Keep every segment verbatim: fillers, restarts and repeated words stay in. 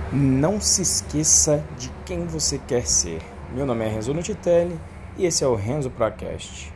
Não se esqueça de quem você quer ser. Meu nome é Renzo Nutitelli e esse é o Renzo Procast.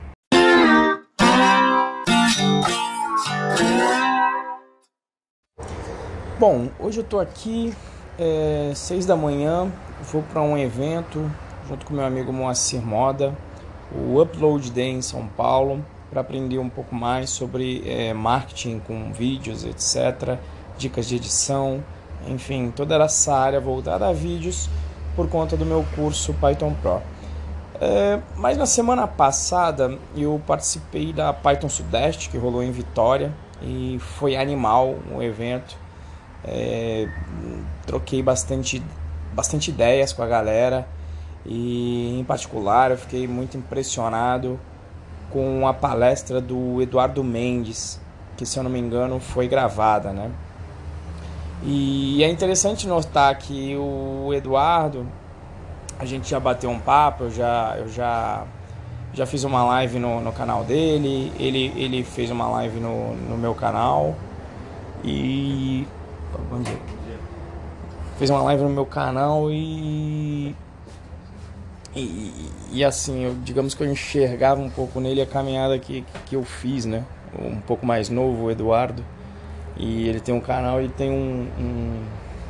Bom, hoje eu tô aqui, é, seis da manhã, vou para um evento junto com meu amigo Moacir Moda, o Upload Day em São Paulo, para aprender um pouco mais sobre é, marketing com vídeos, etcétera, dicas de edição, enfim, toda essa área voltada a vídeos por conta do meu curso Python Pro. É, mas na semana passada eu participei da Python Sudeste, que rolou em Vitória, e foi animal o evento. É, troquei bastante, bastante ideias com a galera e em particular eu fiquei muito impressionado com a palestra do Eduardo Mendes, que se eu não me engano foi gravada, né? E é interessante notar que o Eduardo, a gente já bateu um papo, eu já, eu já, já fiz uma live no, no canal dele, ele, ele fez uma live no, no meu canal e... Bom dia. Fez uma live no meu canal e... E, e assim, eu, digamos que eu enxergava um pouco nele a caminhada que, que eu fiz, né? Um pouco mais novo, o Eduardo. E ele tem um canal e tem um, um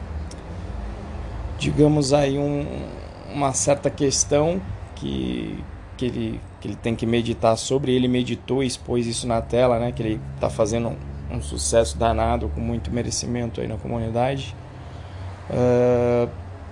digamos aí, um, uma certa questão que, que, ele, que ele tem que meditar sobre. Ele meditou e expôs isso na tela, né? Que ele está fazendo um, um sucesso danado, com muito merecimento aí na comunidade. Uh,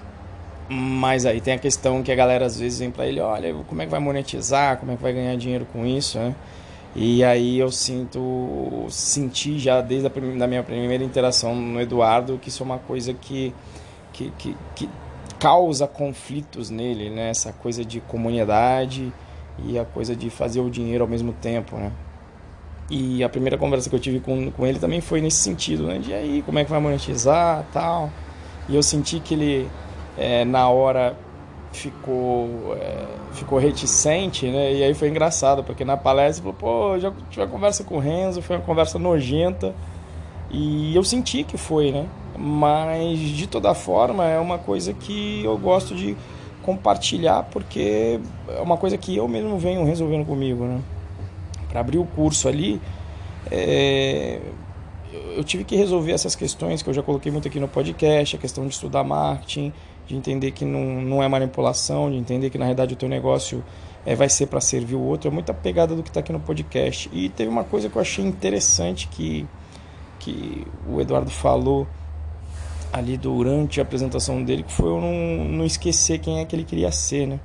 mas aí tem a questão que a galera às vezes vem para ele, olha, como é que vai monetizar, como é que vai ganhar dinheiro com isso, né? E aí eu sinto, senti já desde a prim- da minha primeira interação no Eduardo que isso é uma coisa que, que, que, que causa conflitos nele, né? Essa coisa de comunidade e a coisa de fazer o dinheiro ao mesmo tempo, né? E a primeira conversa que eu tive com, com ele também foi nesse sentido, né? De aí, como é que vai monetizar e tal. E eu senti que ele, é, na hora... ficou é, ficou reticente, né? E aí foi engraçado, porque na palestra ele falou, pô, já tive uma conversa com o Renzo, foi uma conversa nojenta, e eu senti que foi, né? Mas de toda forma é uma coisa que eu gosto de compartilhar, porque é uma coisa que eu mesmo venho resolvendo comigo, né? Para abrir o curso ali, é... eu tive que resolver essas questões que eu já coloquei muito aqui no podcast, a questão de estudar marketing, de entender que não, não é manipulação, de entender que na realidade o teu negócio é, vai ser para servir o outro. É muita pegada do que está aqui no podcast. E teve uma coisa que eu achei interessante que, que o Eduardo falou ali durante a apresentação dele, que foi eu não, não esquecer quem é que ele queria ser, né?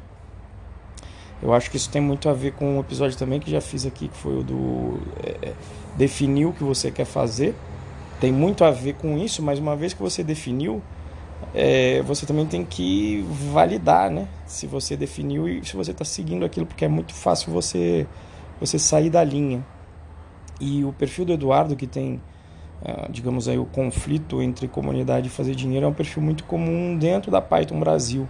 Eu acho que isso tem muito a ver com um episódio também que já fiz aqui, que foi o do é, definir o que você quer fazer. Tem muito a ver com isso, mas uma vez que você definiu, é, você também tem que validar, né? Se você definiu e se você está seguindo aquilo, porque é muito fácil você, você sair da linha. E o perfil do Eduardo, que tem, uh, digamos aí, o conflito entre comunidade e fazer dinheiro, é um perfil muito comum dentro da Python Brasil.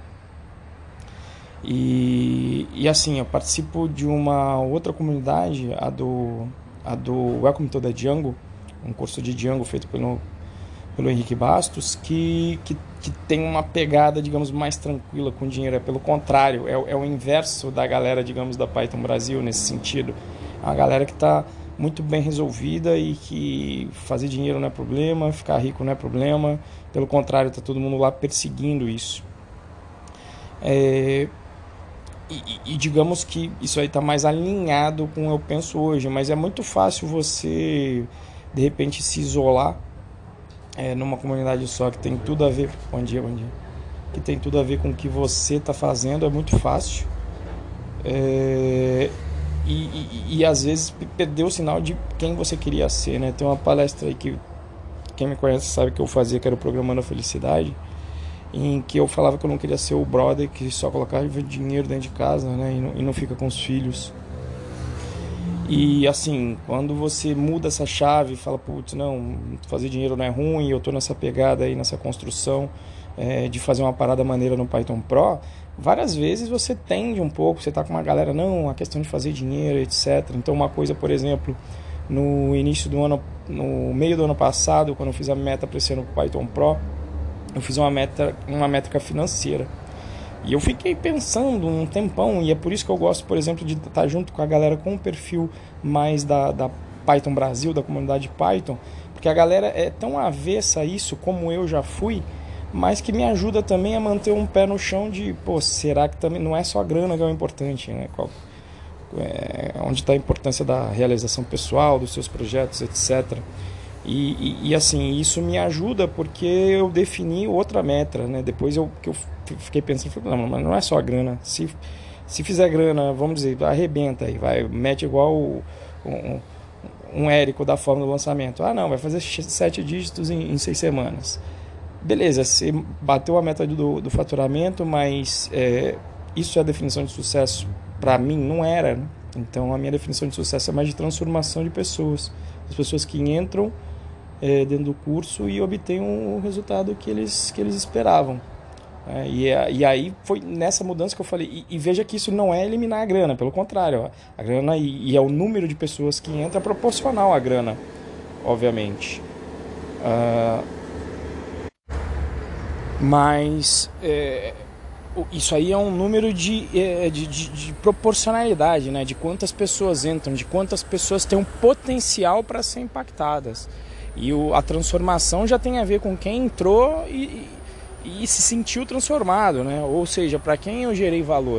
E, e assim, eu participo de uma outra comunidade, a do, a do Welcome to the Django, um curso de Django feito pelo, pelo Henrique Bastos, que, que, que tem uma pegada, digamos, mais tranquila com dinheiro. É pelo contrário, é, é o inverso da galera, digamos, da Python Brasil nesse sentido. É uma galera que está muito bem resolvida e que fazer dinheiro não é problema, ficar rico não é problema. Pelo contrário, está todo mundo lá perseguindo isso. É... E, e digamos que isso aí está mais alinhado com o que eu penso hoje, mas é muito fácil você, de repente, se isolar é, numa comunidade só que tem tudo a ver, bom dia, bom dia, que tem tudo a ver com o que você está fazendo, é muito fácil. É, e, e, e às vezes perder o sinal de quem você queria ser, né? Tem uma palestra aí que quem me conhece sabe que eu fazia, que era o Programando a Felicidade, em que eu falava que eu não queria ser o brother que só colocava dinheiro dentro de casa, né, e não, e não fica com os filhos. E assim, quando você muda essa chave e fala, putz, não, fazer dinheiro não é ruim, eu tô nessa pegada aí, nessa construção é, de fazer uma parada maneira no Python Pro, várias vezes você tende um pouco, você tá com uma galera, não, a questão de fazer dinheiro, etcétera. Então uma coisa, por exemplo, no início do ano, no meio do ano passado, quando eu fiz a meta para esse ano Python Pro, eu fiz uma, meta, uma métrica financeira. E eu fiquei pensando um tempão, e é por isso que eu gosto, por exemplo, de estar junto com a galera com um perfil mais da, da Python Brasil, da comunidade Python, porque a galera é tão avessa a isso, como eu já fui, mas que me ajuda também a manter um pé no chão de, pô, será que também não é só a grana que é o importante, né? Qual, é, onde está a importância da realização pessoal, dos seus projetos, etcétera. E, e, e assim, isso me ajuda porque eu defini outra meta, né? Depois eu, que eu fiquei pensando, falei, não, mas não é só a grana. Se, se fizer grana, vamos dizer, arrebenta aí, vai, mete igual o, um, um Érico da forma do lançamento. Ah, não, vai fazer sete dígitos em, em seis semanas. Beleza, você bateu a meta do, do faturamento, mas é, isso é a definição de sucesso para mim? Não era, né? Então a minha definição de sucesso é mais de transformação de pessoas. As pessoas que entram é, dentro do curso e obtêm o resultado que eles, que eles esperavam. É, e, e aí foi nessa mudança que eu falei, e, e veja que isso não é eliminar a grana, pelo contrário, ó, a grana e, e é o número de pessoas que entra proporcional à grana, obviamente. Uh, mas é, isso aí é um número de, é, de, de, de proporcionalidade, né? De quantas pessoas entram, de quantas pessoas têm um potencial para ser impactadas. E o, a transformação já tem a ver com quem entrou e, e, e se sentiu transformado, né? Ou seja, para quem eu gerei valor.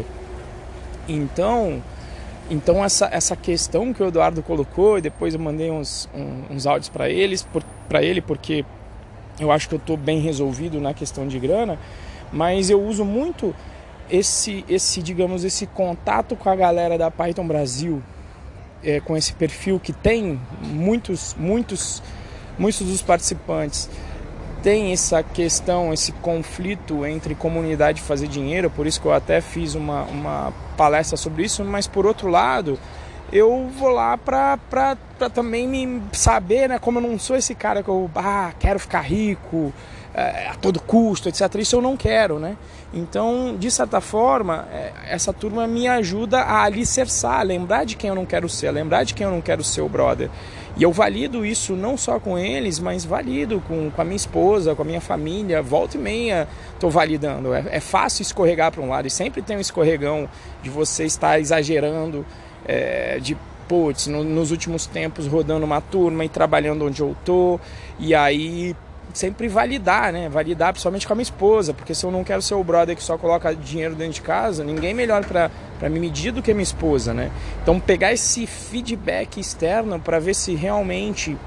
Então, então essa, essa questão que o Eduardo colocou, e depois eu mandei uns, um, uns áudios para eles, para ele, porque eu acho que eu estou bem resolvido na questão de grana, mas eu uso muito esse, esse, digamos, esse contato com a galera da Python Brasil, é, com esse perfil que tem muitos, muitos, muitos dos participantes tem essa questão, esse conflito entre comunidade e fazer dinheiro, por isso que eu até fiz uma, uma palestra sobre isso, mas por outro lado, eu vou lá pra, pra, pra também me saber, né, como eu não sou esse cara que eu ah, quero ficar rico é, a todo custo, etcétera. Isso eu não quero, né? Então, de certa forma, é, essa turma me ajuda a alicerçar, a lembrar de quem eu não quero ser, a lembrar de quem eu não quero ser o brother. E eu valido isso não só com eles, mas valido com, com a minha esposa, com a minha família, volta e meia estou validando. É, é fácil escorregar para um lado e sempre tem um escorregão de você estar exagerando, é, de putz, no, nos últimos tempos rodando uma turma e trabalhando onde eu tô, e aí sempre validar, né? Validar principalmente com a minha esposa, porque se eu não quero ser o brother que só coloca dinheiro dentro de casa, ninguém melhor para para me medir do que a minha esposa, né? Então pegar esse feedback externo para ver se realmente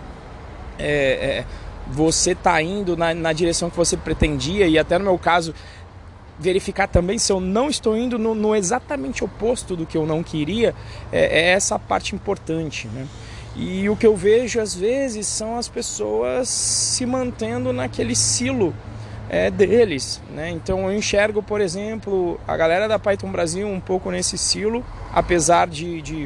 é, é, você tá indo na, na direção que você pretendia, e até no meu caso verificar também se eu não estou indo no, no exatamente oposto do que eu não queria, é, é essa parte importante, né? E o que eu vejo às vezes são as pessoas se mantendo naquele silo é, deles, né? Então eu enxergo, por exemplo, a galera da Python Brasil um pouco nesse silo, apesar de, de,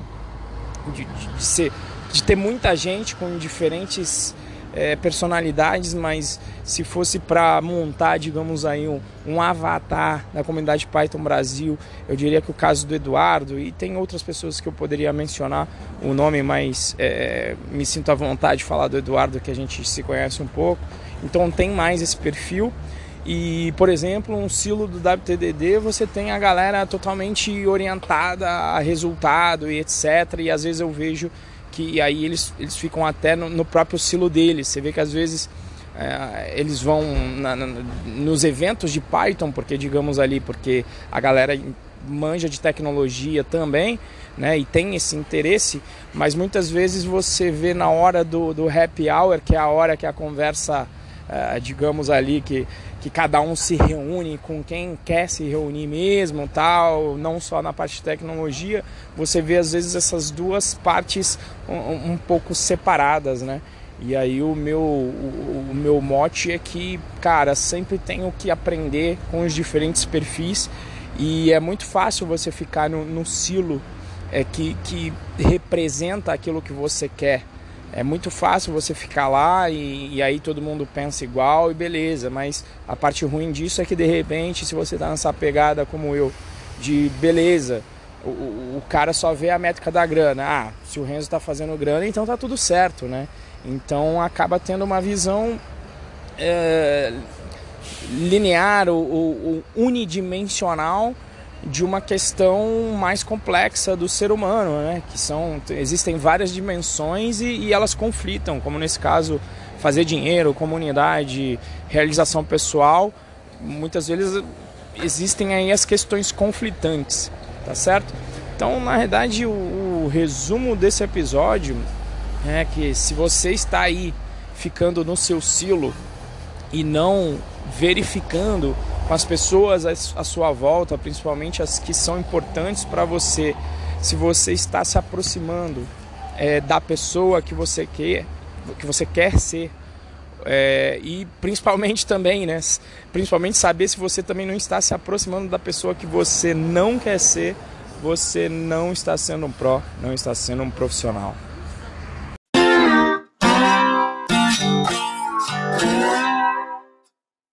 de, de, ser, de ter muita gente com diferentes é, personalidades, mas se fosse para montar, digamos aí, um, um avatar da comunidade Python Brasil, eu diria que o caso do Eduardo, e tem outras pessoas que eu poderia mencionar o nome, mas é, me sinto à vontade de falar do Eduardo, que a gente se conhece um pouco, então tem mais esse perfil. E, por exemplo, um silo do W T D D, você tem a galera totalmente orientada a resultado e etcétera. E às vezes eu vejo que aí eles, eles ficam até no, no próprio silo deles. Você vê que às vezes é, eles vão na, na, nos eventos de Python, porque digamos ali, porque a galera manja de tecnologia também, né, e tem esse interesse, mas muitas vezes você vê na hora do, do happy hour, que é a hora que a conversa, é, digamos ali, que, que cada um se reúne com quem quer se reunir mesmo, tal, não só na parte de tecnologia, você vê às vezes essas duas partes um, um pouco separadas, né? E aí o meu, o, o meu mote é que, cara, sempre tenho que aprender com os diferentes perfis, e é muito fácil você ficar no, no silo é, que, que representa aquilo que você quer. É muito fácil você ficar lá e, e aí todo mundo pensa igual e beleza, mas a parte ruim disso é que de repente, se você tá nessa pegada como eu, de beleza, o, o cara só vê a métrica da grana, ah, se o Renzo tá fazendo grana, então tá tudo certo, né? Então acaba tendo uma visão é, linear ou, ou unidimensional de uma questão mais complexa do ser humano, né? Que são, existem várias dimensões e, e elas conflitam, como nesse caso fazer dinheiro, comunidade, realização pessoal. Muitas vezes existem aí as questões conflitantes, tá certo? Então, na verdade, o, o resumo desse episódio é que se você está aí ficando no seu silo e não verificando com as pessoas à sua volta, principalmente as que são importantes para você, se você está se aproximando é, da pessoa que você quer, que você quer ser, é, e principalmente também, né, principalmente saber se você também não está se aproximando da pessoa que você não quer ser, você não está sendo um pró, não está sendo um profissional.